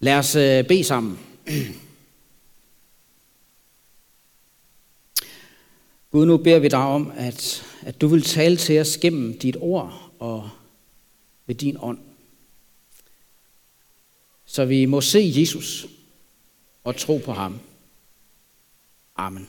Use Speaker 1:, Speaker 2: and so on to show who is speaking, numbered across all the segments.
Speaker 1: Lad os bede sammen. Gud, nu beder vi dig om, at du vil tale til os gennem dit ord og ved din ånd. Så vi må se Jesus og tro på ham. Amen.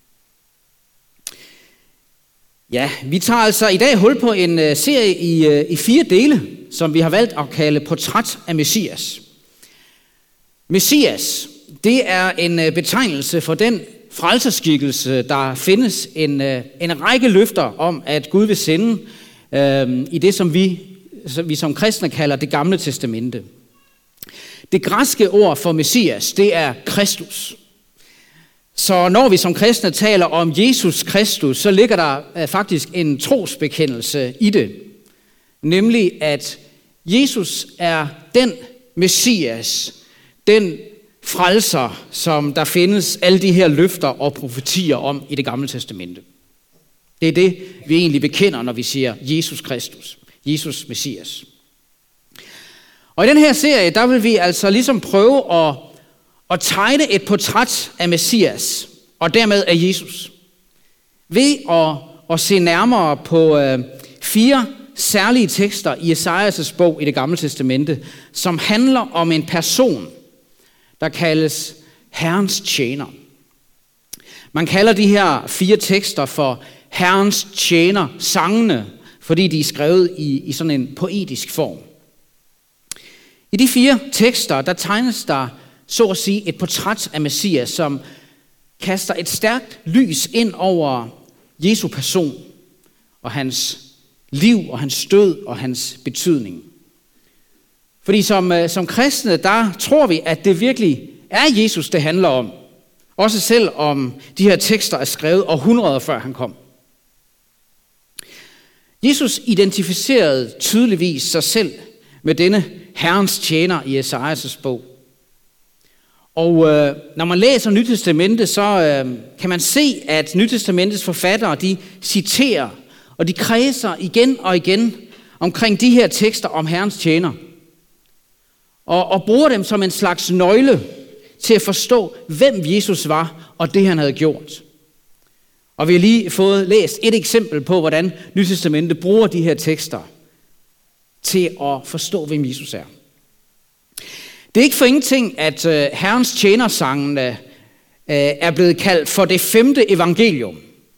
Speaker 1: Ja, vi tager altså i dag hul på en serie i 4 dele, som vi har valgt at kalde Portræt af Messias. Messias, det er en betegnelse for den frelserskikkelse, der findes en række løfter om, at Gud vil sende i det, som vi som kristne kalder det gamle testamente. Det græske ord for Messias, det er Kristus. Så når vi som kristne taler om Jesus Kristus, så ligger der faktisk en trosbekendelse i det. Nemlig at Jesus er den Messias, den frelser, som der findes alle de her løfter og profetier om i det gamle testamente. Det er det, vi egentlig bekender, når vi siger Jesus Kristus, Jesus Messias. Og i den her serie, der vil vi altså ligesom prøve at tegne et portræt af Messias, og dermed af Jesus, ved at se nærmere på 4 særlige tekster i Esajas bog i det gamle testamente, som handler om en person, der kaldes Herrens tjener. Man kalder de her 4 tekster for Herrens tjener sangene, fordi de er skrevet i sådan en poetisk form. I de 4 tekster, der tegnes der så at sige et portræt af Messias, som kaster et stærkt lys ind over Jesu person og hans liv og hans død og hans betydning. Fordi som kristne, der tror vi, at det virkelig er Jesus, det handler om. Også selv om de her tekster er skrevet århundreder før han kom. Jesus identificerede tydeligvis sig selv med denne Herrens tjener i Esajas bog. Og når man læser Nytestamentet, så kan man se, at Nytestamentets forfattere, de citerer, og de kredser igen og igen omkring de her tekster om Herrens tjener. Og bruger dem som en slags nøgle til at forstå, hvem Jesus var, og det han havde gjort. Og vi har lige fået læst et eksempel på, hvordan Nytestamentet bruger de her tekster til at forstå, hvem Jesus er. Det er ikke for ingenting, at Herrens tjenersangene er blevet kaldt for det 5. evangelium.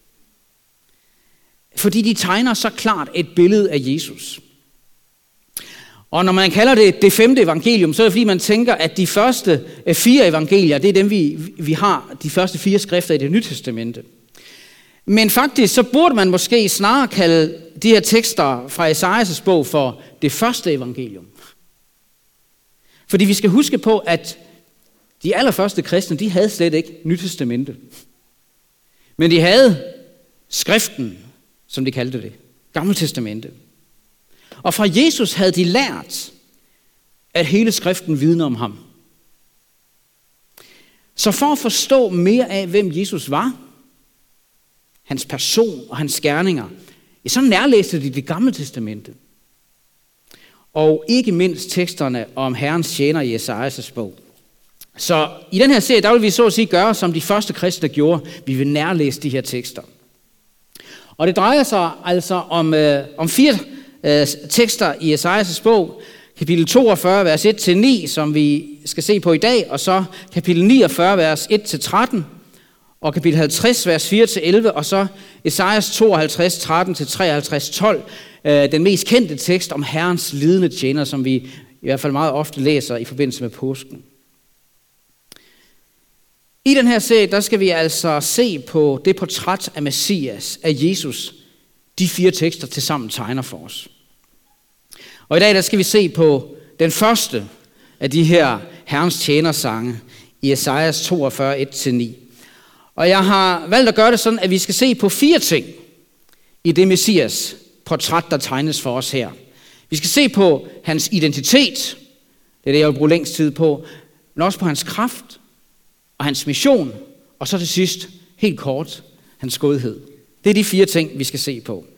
Speaker 1: Fordi de tegner så klart et billede af Jesus. Og når man kalder det 5. evangelium, så er det fordi, man tænker, at de første 4 evangelier, det er dem, vi har, de første 4 skrifter i det nye testamente. Men faktisk, så burde man måske snarere kalde de her tekster fra Esajas bog for det første evangelium. Fordi vi skal huske på, at de allerførste kristne, de havde slet ikke Nyt Testamente. Men de havde skriften, som de kaldte det, Gamle Testamente. Og fra Jesus havde de lært, at hele skriften vidner om ham. Så for at forstå mere af, hvem Jesus var, hans person og hans gerninger, så nærlæste de det Gamle Testamente. Og ikke mindst teksterne om Herrens tjener i Esajas bog. Så i den her serie, der vil vi så at sige gøre, som de første kristne gjorde. Vi vil nærlæse de her tekster. Og det drejer sig altså om 4 tekster i Esajas bog. Kapitel 42, vers 1-9, som vi skal se på i dag. Og så kapitel 49, vers 1-13. Og kapitel 50, vers 4-11. Og så Esajas 52, 13-53, 12. Den mest kendte tekst om Herrens lidende tjener, som vi i hvert fald meget ofte læser i forbindelse med påsken. I den her serie, der skal vi altså se på det portræt af Messias, af Jesus, de 4 tekster til sammen tegner for os. Og i dag, der skal vi se på den første af de her Herrens tjenersange i Esajas 42, 1-9. Og jeg har valgt at gøre det sådan, at vi skal se på 4 ting i det Messias portræt, der tegnes for os her. Vi skal se på hans identitet, det er det, jeg vil bruge længst tid på, men også på hans kraft og hans mission, og så til sidst, helt kort, hans godhed. Det er de 4 ting, vi skal se på.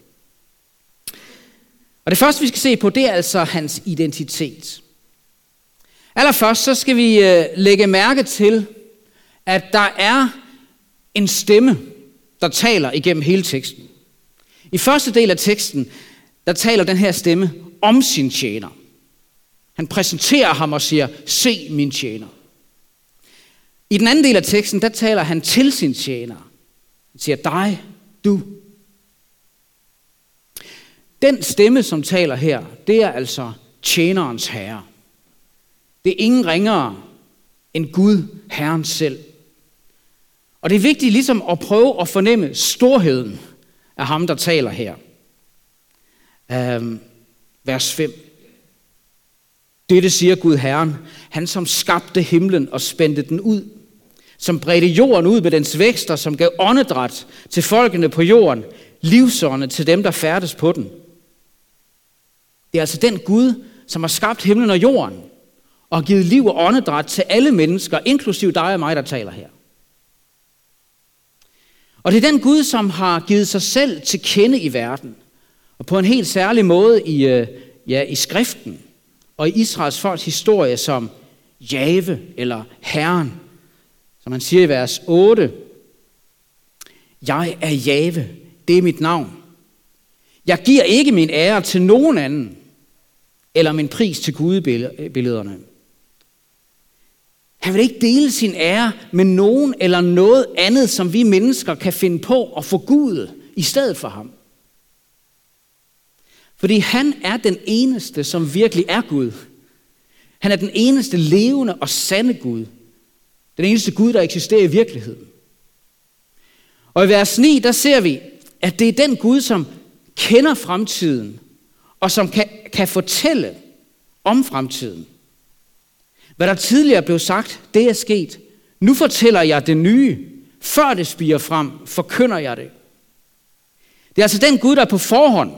Speaker 1: Og det første, vi skal se på, det er altså hans identitet. Allerførst så skal vi lægge mærke til, at der er en stemme, der taler igennem hele teksten. I første del af teksten, der taler den her stemme om sin tjener. Han præsenterer ham og siger, se min tjener. I den anden del af teksten, der taler han til sin tjener. Han siger, dig, du. Den stemme, som taler her, det er altså tjenerens herre. Det er ingen ringere end Gud, Herren selv. Og det er vigtigt ligesom at prøve at fornemme storheden af ham, der taler her. Vers 5. Dette siger Gud Herren, han som skabte himlen og spændte den ud, som bredte jorden ud med dens vækster, som gav åndedræt til folkene på jorden, livsånde til dem, der færdes på den. Det er altså den Gud, som har skabt himlen og jorden, og har givet liv og åndedræt til alle mennesker, inklusiv dig og mig, der taler her. Og det er den Gud, som har givet sig selv til kende i verden, og på en helt særlig måde i skriften, og i Israels folks historie som Jave eller Herren, som han siger i vers 8. Jeg er Jave, det er mit navn. Jeg giver ikke min ære til nogen anden, eller min pris til gudebillederne. Han vil ikke dele sin ære med nogen eller noget andet, som vi mennesker kan finde på at forgude i stedet for ham. Fordi han er den eneste, som virkelig er Gud. Han er den eneste levende og sande Gud. Den eneste Gud, der eksisterer i virkeligheden. Og i vers 9, der ser vi, at det er den Gud, som kender fremtiden, og som kan fortælle om fremtiden. Hvad der tidligere blev sagt, det er sket. Nu fortæller jeg det nye. Før det spirer frem, forkynder jeg det. Det er altså den Gud, der på forhånd,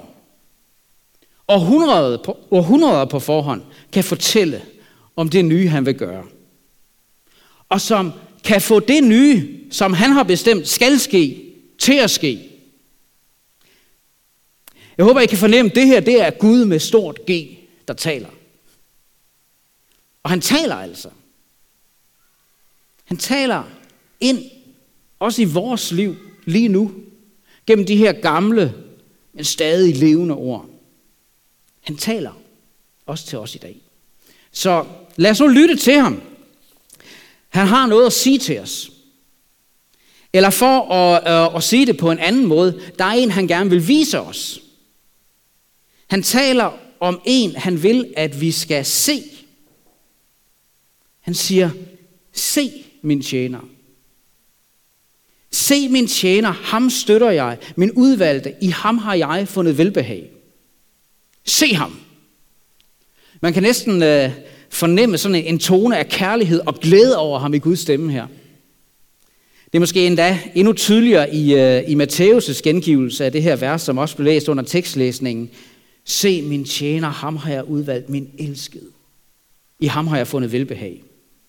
Speaker 1: århundreder på forhånd, kan fortælle om det nye, han vil gøre. Og som kan få det nye, som han har bestemt skal ske, til at ske. Jeg håber, I kan fornemme, at det her, det er Gud med stort G, der taler. Og han taler altså. Han taler ind, også i vores liv, lige nu, gennem de her gamle, men stadig levende ord. Han taler også til os i dag. Så lad os nu lytte til ham. Han har noget at sige til os. Eller for at sige det på en anden måde, der er en, han gerne vil vise os. Han taler om en, han vil, at vi skal se. Han siger, se min tjener. Se min tjener, ham støtter jeg, min udvalgte, i ham har jeg fundet velbehag. Se ham. Man kan næsten fornemme sådan en tone af kærlighed og glæde over ham i Guds stemme her. Det er måske endda endnu tydeligere i Matthæus' gengivelse af det her vers, som også blev læst under tekstlæsningen. Se min tjener, ham har jeg udvalgt, min elskede. I ham har jeg fundet velbehag.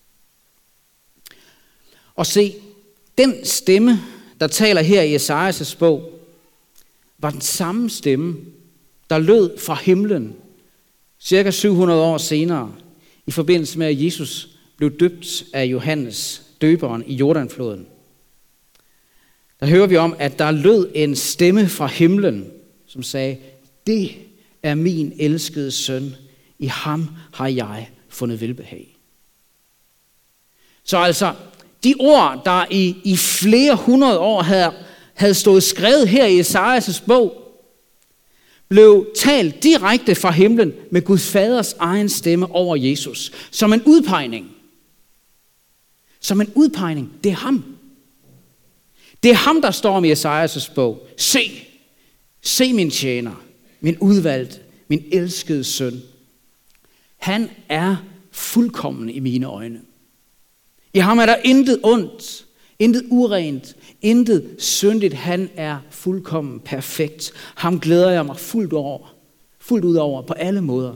Speaker 1: Og se, den stemme, der taler her i Esajas bog, var den samme stemme, der lød fra himlen cirka 700 år senere, i forbindelse med, at Jesus blev døbt af Johannes, døberen, i Jordanfloden. Der hører vi om, at der lød en stemme fra himlen, som sagde, det er min elskede søn, i ham har jeg fundet velbehag. Så altså, de ord, der i flere hundrede år havde stået skrevet her i Esajas bog, blev talt direkte fra himlen med Guds faders egen stemme over Jesus. Som en udpegning. Som en udpegning. Det er ham. Det er ham, der står om i Esajas bog. Se min tjener, min udvalgte, min elskede søn. Han er fuldkommen i mine øjne. I ham er der intet ondt, intet urent, intet syndigt. Han er fuldkommen perfekt. Ham glæder jeg mig fuldt ud over på alle måder.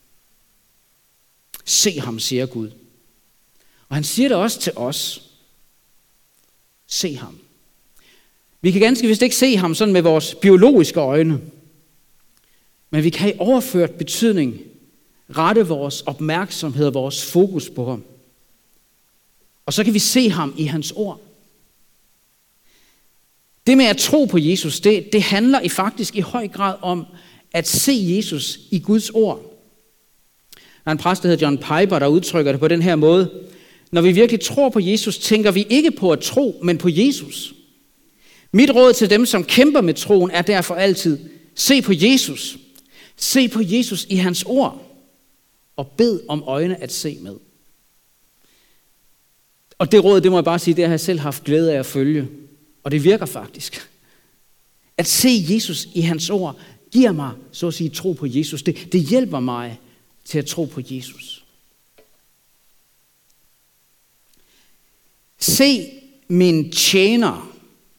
Speaker 1: Se ham, siger Gud. Og han siger det også til os. Se ham. Vi kan ganske vist ikke se ham sådan med vores biologiske øjne. Men vi kan i overført betydning rette vores opmærksomhed og vores fokus på ham. Og så kan vi se ham i hans ord. Det med at tro på Jesus, det handler faktisk i høj grad om at se Jesus i Guds ord. Der er en præst, der hedder John Piper, der udtrykker det på den her måde. Når vi virkelig tror på Jesus, tænker vi ikke på at tro, men på Jesus. Mit råd til dem, som kæmper med troen, er derfor altid: se på Jesus. Se på Jesus i hans ord. Og bed om øjne at se med. Og det råd, det må jeg bare sige, det har jeg selv haft glæde af at følge. Og det virker faktisk. At se Jesus i hans ord giver mig, så at sige, tro på Jesus. Det hjælper mig til at tro på Jesus. Se min tjener,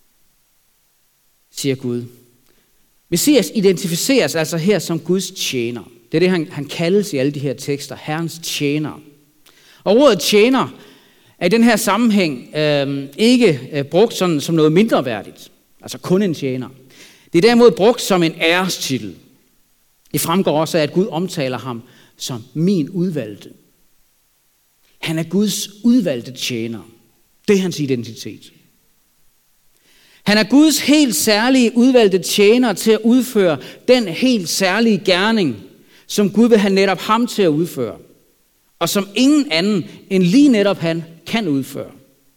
Speaker 1: siger Gud. Messias identificeres altså her som Guds tjener. Det er det, han kaldes i alle de her tekster, Herrens tjener. Og ordet tjener er i den her sammenhæng ikke brugt sådan, som noget mindreværdigt, altså kun en tjener. Det er derimod brugt som en ærestitel. Det fremgår også af, at Gud omtaler ham som min udvalgte. Han er Guds udvalgte tjener. Det er hans identitet. Han er Guds helt særlige udvalgte tjener til at udføre den helt særlige gerning, som Gud vil have netop ham til at udføre, og som ingen anden end lige netop han kan udføre.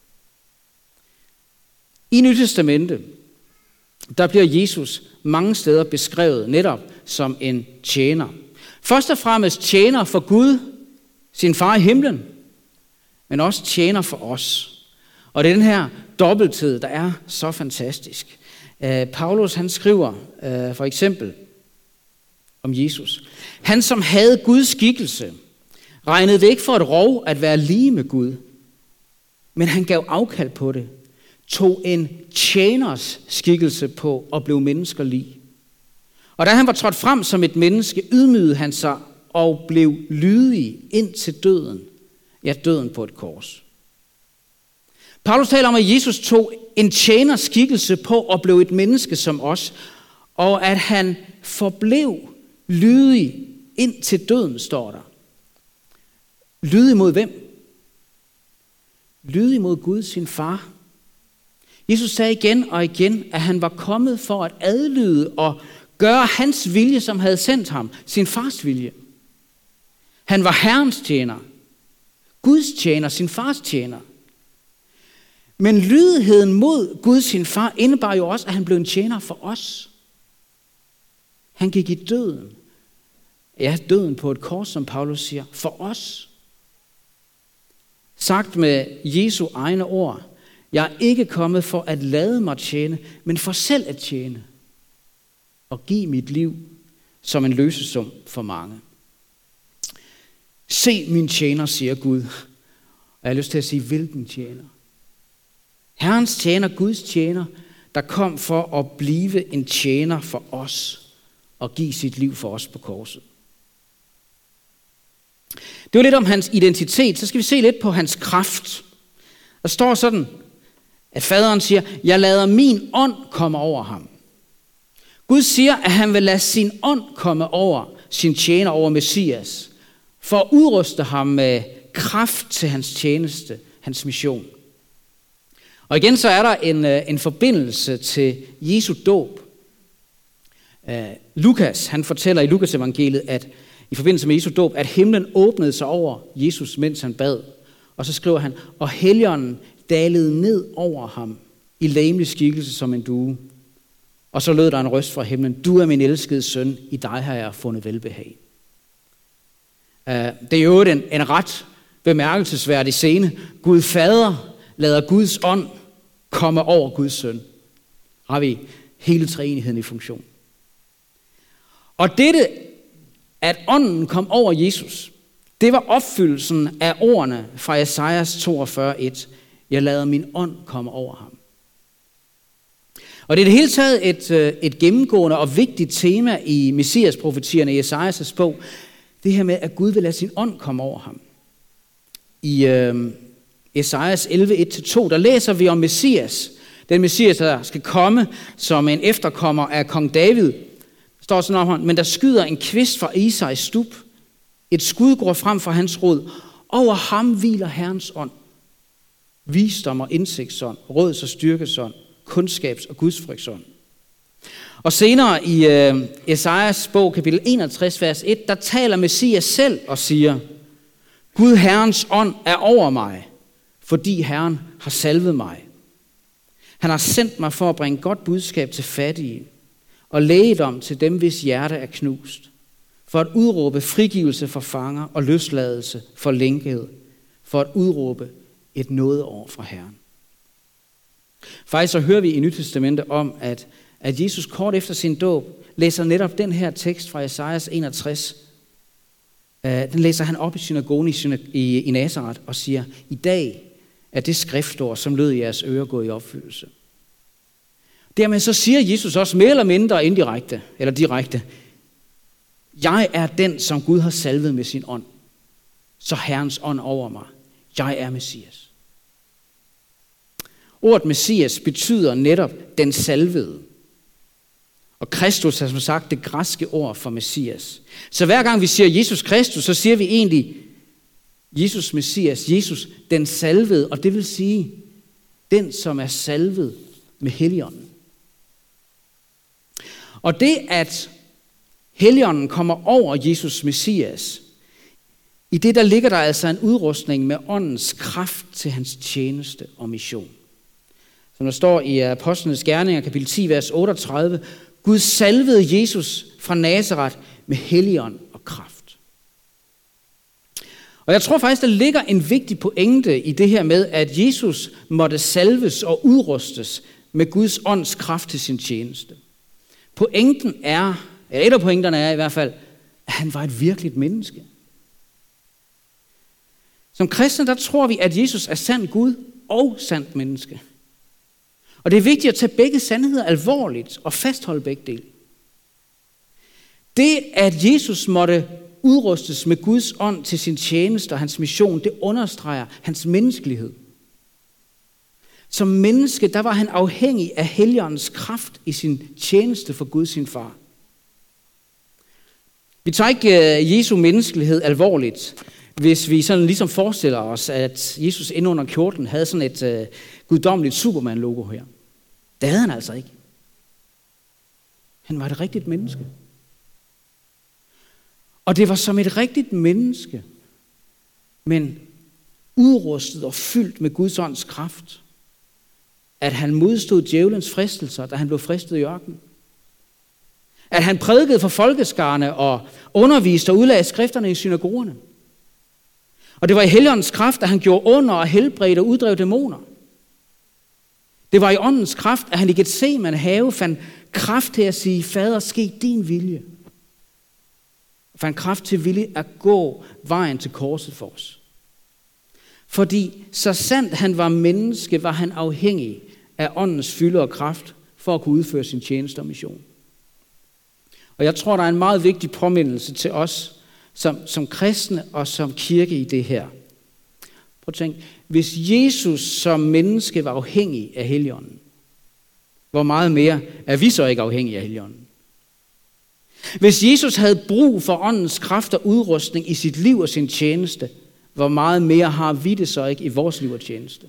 Speaker 1: I Nye Testamente, der bliver Jesus mange steder beskrevet netop som en tjener. Først og fremmest tjener for Gud, sin far i himlen, men også tjener for os. Og det er den her dobbelthed, der er så fantastisk. Paulus, han skriver for eksempel om Jesus. Han, som havde Guds skikkelse, regnede det ikke for et rov at være lige med Gud, men han gav afkald på det, tog en tjeners skikkelse på og blev menneskelig. Og da han var trådt frem som et menneske, ydmygede han sig og blev lydig ind til døden. Ja, døden på et kors. Paulus taler om, at Jesus tog en tjeners skikkelse på og blev et menneske som os, og at han forblev lydig ind til døden, står der. Lydig mod hvem? Lydig mod Gud, sin far. Jesus sagde igen og igen, at han var kommet for at adlyde og gøre hans vilje, som havde sendt ham, sin fars vilje. Han var Herrens tjener, Guds tjener, sin fars tjener. Men lydigheden mod Gud, sin far, indebar jo også, at han blev en tjener for os. Han gik i døden. Ja, døden på et kors, som Paulus siger, for os. Sagt med Jesu egne ord: jeg er ikke kommet for at lade mig tjene, men for selv at tjene og give mit liv som en løsesum for mange. Se min tjener, siger Gud. Og jeg har lyst til at sige, hvilken tjener? Herrens tjener, Guds tjener, der kom for at blive en tjener for os og give sit liv for os på korset. Det var lidt om hans identitet. Så skal vi se lidt på hans kraft. Der står sådan, at faderen siger: jeg lader min ånd komme over ham. Gud siger, at han vil lade sin ånd komme over sin tjener, over Messias, for at udruste ham med kraft til hans tjeneste, hans mission. Og igen så er der en forbindelse til Jesu dåb. Lukas, han fortæller i Lukas evangeliet, at i forbindelse med Jesu dåb, at himlen åbnede sig over Jesus, mens han bad. Og så skriver han: og Helligånden dalede ned over ham i legemlig skikkelse som en due. Og så lød der en røst fra himlen: du er min elskede søn, i dig har jeg fundet velbehag. Det er jo en ret bemærkelsesværdig scene. Gud Fader lader Guds ånd komme over Guds søn. Har vi hele treenigheden i funktion. Og dette, at ånden kom over Jesus, det var opfyldelsen af ordene fra Esajas 42:1. Jeg lader min ånd komme over ham. Og det er det hele taget et gennemgående og vigtigt tema i Messias-profetierne i Esajas' bog. Det her med, at Gud vil lade sin ånd komme over ham. I Esajas 11:1-2, der læser vi om Messias. Den Messias, der skal komme som en efterkommer af kong David. Der står sådan om ham: men der skyder en kvist fra Isais stub, Et skud går frem fra hans rod. Over ham hviler Herrens ånd. Visdom og indsigtsånd, råds- og styrkesånd, kundskabs- og gudsfrygtsånd. Og senere i Esajas bog, kapitel 61, vers 1, der taler Messias selv og siger, Gud Herrens ånd er over mig, fordi Herren har salvet mig. Han har sendt mig for at bringe godt budskab til fattige og lægedom til dem, hvis hjerte er knust, for at udråbe frigivelse for fanger og løsladelse for lænkehed, for at udråbe et nådeår fra Herren. Faktisk så hører vi i Nyt Testamente om, at Jesus kort efter sin dåb læser netop den her tekst fra Esajas 61. Den læser han op i synagogen i Nazaret og siger, i dag er det skriftord, som lød i jeres ører, gået i opfyldelse. Dermed så siger Jesus også mere eller mindre indirekte, eller direkte, jeg er den, som Gud har salvet med sin ånd. Så Herrens ånd over mig. Jeg er Messias. Ordet Messias betyder netop den salvede. Og Kristus er som sagt det græske ord for Messias. Så hver gang vi siger Jesus Kristus, så siger vi egentlig Jesus Messias, Jesus den salvede, og det vil sige den, som er salvet med Helligånden. Og det, at Helligånden kommer over Jesus Messias, i det der ligger der altså en udrustning med åndens kraft til hans tjeneste og mission. Som der står i Apostlenes Gerninger, kapitel 10, vers 38, Gud salvede Jesus fra Nazaret med Helligånd og kraft. Og jeg tror faktisk, der ligger en vigtig pointe i det her med, at Jesus måtte salves og udrustes med Guds ånds kraft til sin tjeneste. Pointen er, eller et af pointerne er i hvert fald, at han var et virkeligt menneske. Som kristne, der tror vi, at Jesus er sand Gud og sandt menneske. Og det er vigtigt at tage begge sandheder alvorligt og fastholde begge dele. Det, at Jesus måtte udrustes med Guds ånd til sin tjeneste og hans mission, det understreger hans menneskelighed. Som menneske, der var han afhængig af Helligåndens kraft i sin tjeneste for Gud, sin far. Vi tager ikke Jesu menneskelighed alvorligt, hvis vi sådan ligesom forestiller os, at Jesus inde under kjorten havde sådan et guddommeligt Superman-logo her. Det havde han altså ikke. Han var et rigtigt menneske. Og det var som et rigtigt menneske, men udrustet og fyldt med Guds ånds kraft, at han modstod djævelens fristelser, da han blev fristet i ørkenen. At han prædikede for folkeskarne og underviste og udlagde skrifterne i synagogerne. Og det var i Helligåndens kraft, at han gjorde under og helbredte og uddrev dæmoner. Det var i åndens kraft, at han i Getsemane have fandt kraft til at sige, Fader, ske din vilje. Og fandt kraft til vilje at gå vejen til korset for os. Fordi så sandt han var menneske, var han afhængig af åndens fylde og kraft for at kunne udføre sin tjeneste og mission. Og jeg tror, der er en meget vigtig påmindelse til os som kristne og som kirke i det her. Prøv at tænke, hvis Jesus som menneske var afhængig af Helligånden, hvor meget mere er vi så ikke afhængige af Helligånden? Hvis Jesus havde brug for åndens kraft og udrustning i sit liv og sin tjeneste, hvor meget mere har vi det så ikke i vores liv og tjeneste?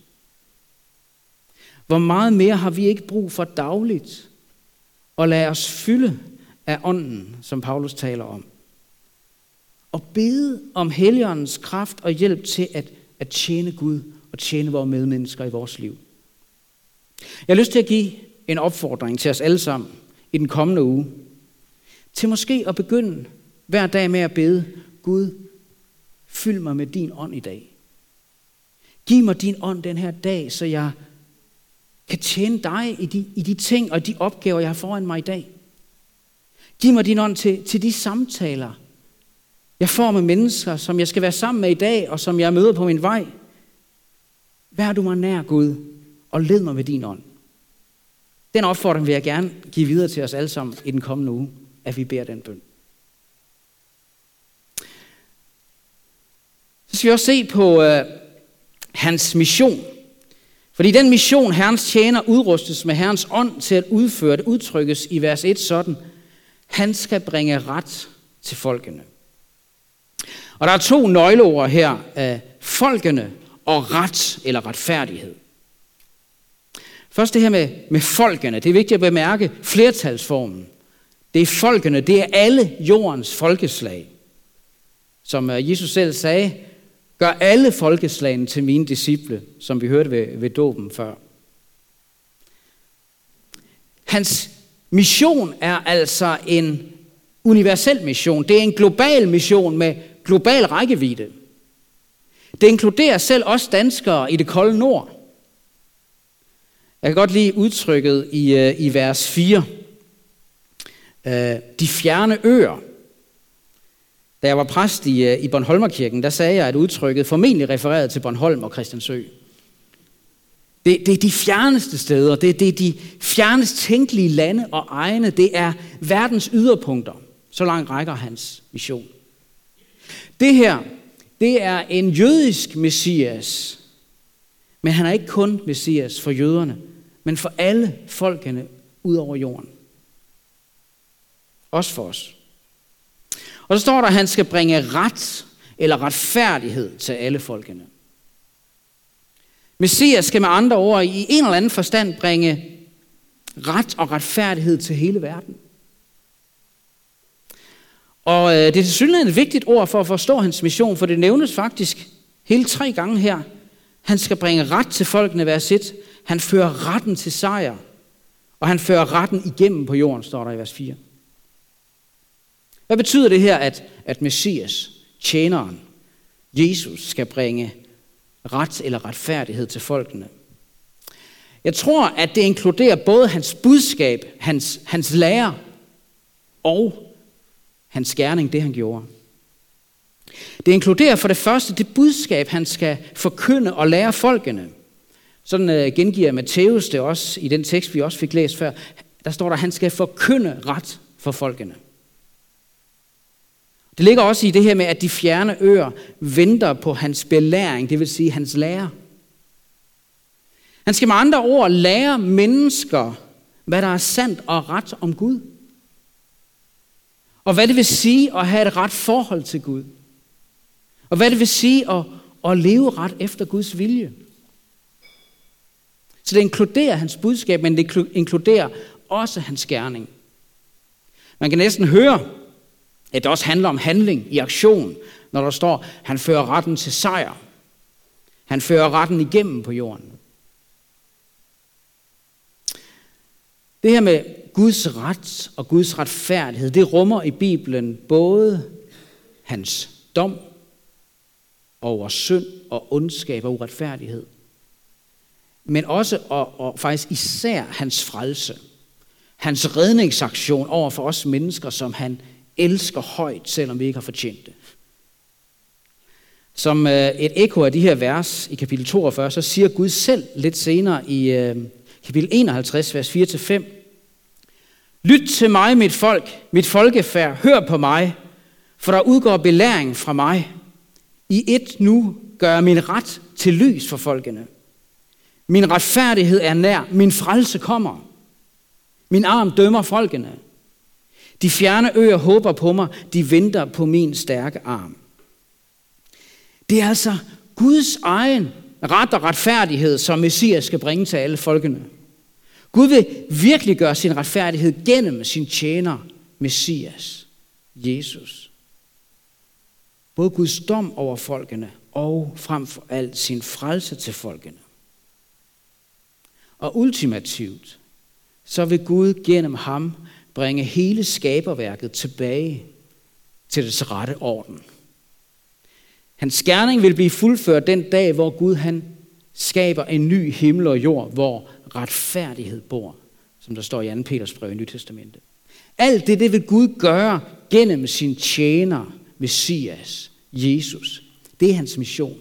Speaker 1: Hvor meget mere har vi ikke brug for dagligt at lade os fylde af ånden, som Paulus taler om? Og bede om Helligåndens kraft og hjælp til at tjene Gud og tjene vores medmennesker i vores liv. Jeg har lyst til at give en opfordring til os alle sammen i den kommende uge, til måske at begynde hver dag med at bede, Gud, fyld mig med din ånd i dag. Giv mig din ånd den her dag, så jeg kan tjene dig i de ting og de opgaver, jeg har foran mig i dag. Giv mig din ånd til de samtaler, jeg får med mennesker, som jeg skal være sammen med i dag, og som jeg møder på min vej. Vær du mig nær, Gud, og led mig med din ånd. Den opfordring vil jeg gerne give videre til os alle sammen i den kommende uge, at vi beder den bøn. Så skal vi også se på hans mission. Fordi den mission, Herrens tjener, udrustes med Herrens ånd til at udføre, det udtrykkes i vers 1 sådan, han skal bringe ret til folkene. Og der er 2 nøgleord her, folkene og ret eller retfærdighed. Først det her med folkene. Det er vigtigt at bemærke flertalsformen. Det er folkene, det er alle jordens folkeslag. Som Jesus selv sagde, gør alle folkeslagene til mine disciple, som vi hørte ved dåben før. Hans mission er altså en universel mission. Det er en global mission med global rækkevidde. Det inkluderer selv os danskere i det kolde nord. Jeg kan godt lide udtrykket i vers 4. De fjerne øer. Da jeg var præst i Bornholmerkirken, der sagde jeg, at udtrykket formentlig refererede til Bornholm og Christiansø. Det er de fjerneste steder, det er de fjernest tænkelige lande og egne, det er verdens yderpunkter. Så langt rækker hans mission. Det her, det er en jødisk messias, men han er ikke kun messias for jøderne, men for alle folkene ud over jorden. Også for os. Og så står der, at han skal bringe ret eller retfærdighed til alle folkene. Messias skal med andre ord i en eller anden forstand bringe ret og retfærdighed til hele verden. Og det er tilsyneladende et vigtigt ord for at forstå hans mission, for det nævnes faktisk hele 3 gange her. Han skal bringe ret til folkene, vers 1. Han fører retten til sejr, og han fører retten igennem på jorden, står der i vers 4. Hvad betyder det her, at Messias, tjeneren, Jesus, skal bringe ret eller retfærdighed til folkene? Jeg tror, at det inkluderer både hans budskab, hans lære og hans gerning, det han gjorde. Det inkluderer for det første det budskab, han skal forkynde og lære folkene. Sådan gengiver Matthæus det også i den tekst, vi også fik læst før. Der står der, at han skal forkynde ret for folkene. Det ligger også i det her med, at de fjerne øer venter på hans belæring, det vil sige hans lære. Han skal med andre ord lære mennesker, hvad der er sandt og ret om Gud. Og hvad det vil sige at have et ret forhold til Gud. Og hvad det vil sige at leve ret efter Guds vilje. Så det inkluderer hans budskab, men det inkluderer også hans gerning. Man kan næsten høre, at det også handler om handling i aktion, når der står, han fører retten til sejr. Han fører retten igennem på jorden. Det her med Guds ret og Guds retfærdighed, det rummer i Bibelen både hans dom over synd og ondskab og uretfærdighed, men også og faktisk især hans frelse, hans redningsaktion over for os mennesker, som han elsker højt, selvom vi ikke har fortjent det. Som et ekko af de her vers i kapitel 42, så siger Gud selv lidt senere i kapitel 51, vers 4-5. Lyt til mig, mit folk, mit folkefærd, hør på mig, for der udgår belæring fra mig. I et nu gør jeg min ret til lys for folkene. Min retfærdighed er nær, min frelse kommer. Min arm dømmer folkene. De fjerne øer håber på mig, de venter på min stærke arm. Det er altså Guds egen ret og retfærdighed, som Messias skal bringe til alle folkene. Gud vil virkelig gøre sin retfærdighed gennem sin tjener, Messias, Jesus. Både Guds dom over folkene og frem for alt sin frelse til folkene. Og ultimativt, så vil Gud gennem ham bringe hele skaberværket tilbage til dets rette orden. Hans gerning vil blive fuldført den dag, hvor Gud han skaber en ny himmel og jord, hvor retfærdighed bor, som der står i 2. Peters brev i Nyt Testamentet. Alt det vil Gud gøre gennem sin tjener, Messias, Jesus. Det er hans mission.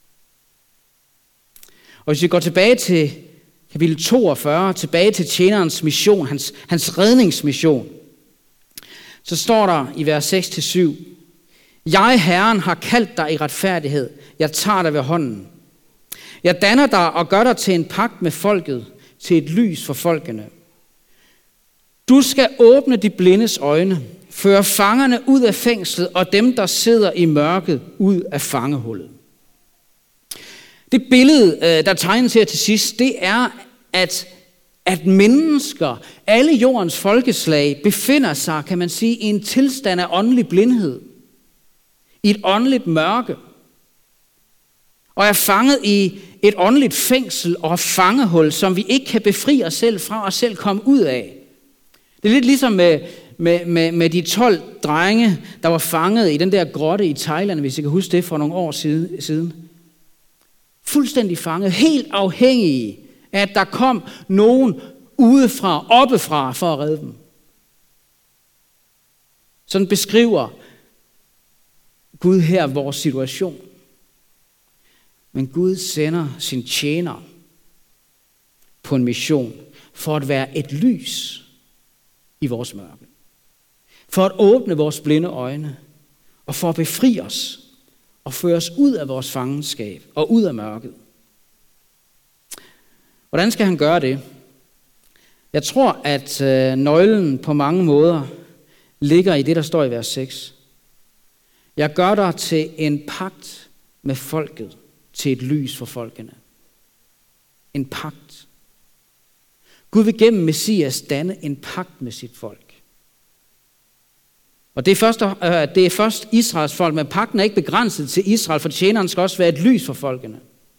Speaker 1: Og hvis vi går tilbage til kapitel 42, tilbage til tjenerens mission, hans redningsmission, så står der i vers 6-7, jeg, Herren, har kaldt dig i retfærdighed. Jeg tager dig ved hånden. Jeg danner dig og gør dig til en pagt med folket, til et lys for folkene. Du skal åbne de blindes øjne, føre fangerne ud af fængslet, og dem, der sidder i mørket, ud af fangehullet. Det billede, der tegnes her til sidst, det er, at mennesker, alle jordens folkeslag, befinder sig, kan man sige, i en tilstand af åndelig blindhed, i et åndeligt mørke, og er fanget i et åndeligt fængsel og fangehul, som vi ikke kan befri os selv fra og selv komme ud af. Det er lidt ligesom med de 12 drenge, der var fanget i den der grotte i Thailand, hvis I kan huske det, for nogle år siden. Fuldstændig fanget, helt afhængige af, at der kom nogen udefra, oppefra, for at redde dem. Sådan beskriver Gud her vores situation. Men Gud sender sin tjener på en mission for at være et lys i vores mørke. For at åbne vores blinde øjne og for at befri os og føre os ud af vores fangenskab og ud af mørket. Hvordan skal han gøre det? Jeg tror, at nøglen på mange måder ligger i det, der står i vers 6. Jeg gør dig til en pagt med folket, til et lys for folkene. En pagt. Gud vil gennem Messias danne en pagt med sit folk. Og det er først Israels folk, men pagten er ikke begrænset til Israel, for tjeneren skal også være et lys for folkene.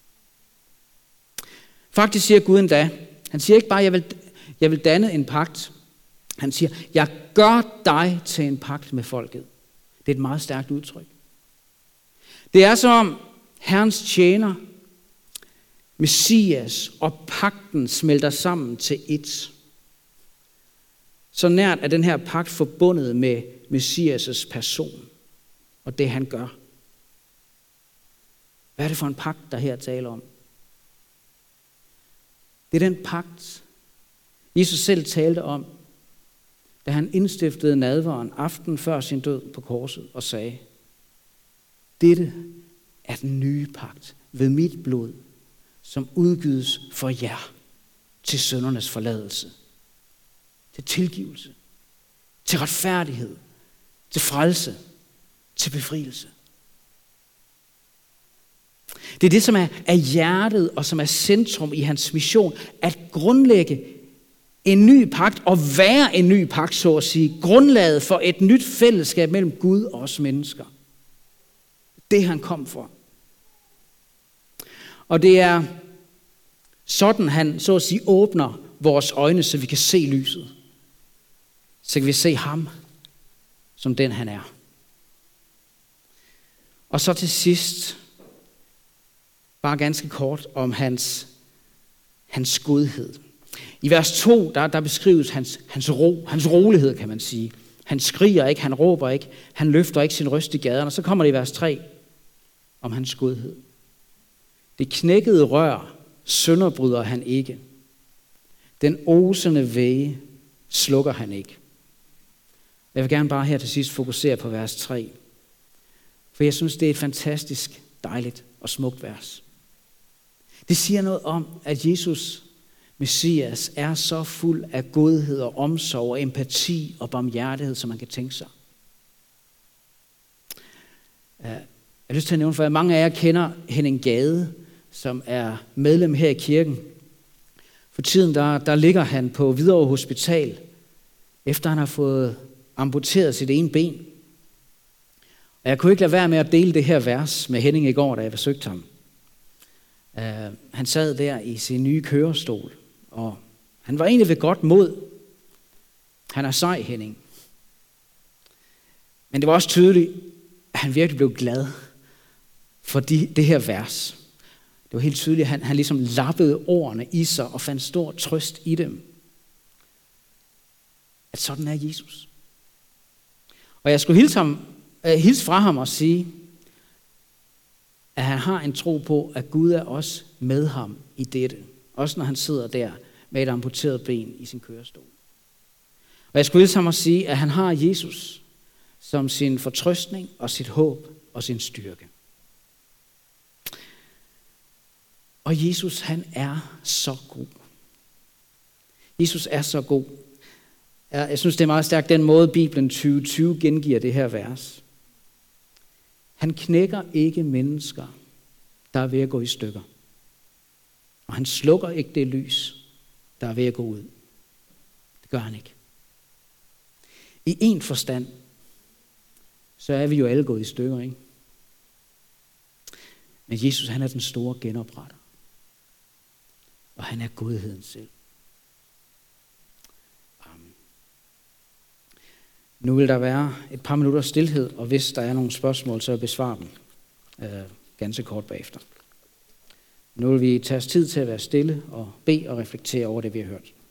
Speaker 1: Faktisk siger Gud endda, han siger ikke bare, jeg vil danne en pagt. Han siger, jeg gør dig til en pagt med folket. Det er et meget stærkt udtryk. Det er som om Herrens tjener, Messias og pagten smelter sammen til ét. Så nært er den her pagt forbundet med Messias' person og det han gør. Hvad er det for en pagt, der her taler om? Det er den pagt, Jesus selv talte om, da han indstiftede nadveren aften før sin død på korset og sagde, dette er den nye pagt ved mit blod, som udgydes for jer til syndernes forladelse, til tilgivelse, til retfærdighed, til frelse, til befrielse. Det er det, som er hjertet og som er centrum i hans mission, at grundlægge en ny pagt og være en ny pagt, så at sige, grundlaget for et nyt fællesskab mellem Gud og os mennesker. Det han kom for. Og det er sådan han, så at sige, åbner vores øjne, så vi kan se lyset. Så kan vi se ham, som den han er. Og så til sidst, bare ganske kort om hans godhed. I vers 2, der beskrives hans rolighed, kan man sige. Han skriger ikke, han råber ikke, han løfter ikke sin røst i gaderne. Og så kommer det i vers 3 om hans godhed. Det knækkede rør sønderbryder han ikke. Den osende væge slukker han ikke. Jeg vil gerne bare her til sidst fokusere på vers 3. For jeg synes, det er et fantastisk, dejligt og smukt vers. Det siger noget om, at Jesus, Messias, er så fuld af godhed og omsorg og empati og barmhjertighed, som man kan tænke sig. Jeg har lyst til at nævne, for mange af jer kender Henning Gade, som er medlem her i kirken. For tiden der ligger han på Hvidovre Hospital, efter han har fået amputeret sit ene ben. Og jeg kunne ikke lade være med at dele det her vers med Henning i går, da jeg besøgte ham. Han sad der i sin nye kørestol, og han var egentlig ved godt mod. Han er sej, Henning. Men det var også tydeligt, at han virkelig blev glad for det her vers. Det var helt tydeligt, at han ligesom lappede ordene i sig og fandt stor trøst i dem. At sådan er Jesus. Og jeg skulle hilse fra ham og sige, at han har en tro på, at Gud er også med ham i dette. Også når han sidder der med et amputeret ben i sin kørestol. Og jeg skulle hilse ham og sige, at han har Jesus som sin fortrøstning og sit håb og sin styrke. Og Jesus, han er så god. Jesus er så god. Jeg synes, det er meget stærkt, den måde Bibelen 2020 gengiver det her vers. Han knækker ikke mennesker, der er ved at gå i stykker. Og han slukker ikke det lys, der er ved at gå ud. Det gør han ikke. I en forstand, så er vi jo alle gået i stykker, ikke? Men Jesus, han er den store genopretter. Og han er godheden selv. Amen. Nu vil der være et par minutter stilhed, og hvis der er nogle spørgsmål, så besvar dem ganske kort bagefter. Nu vil vi tage os tid til at være stille og bede og reflektere over det, vi har hørt.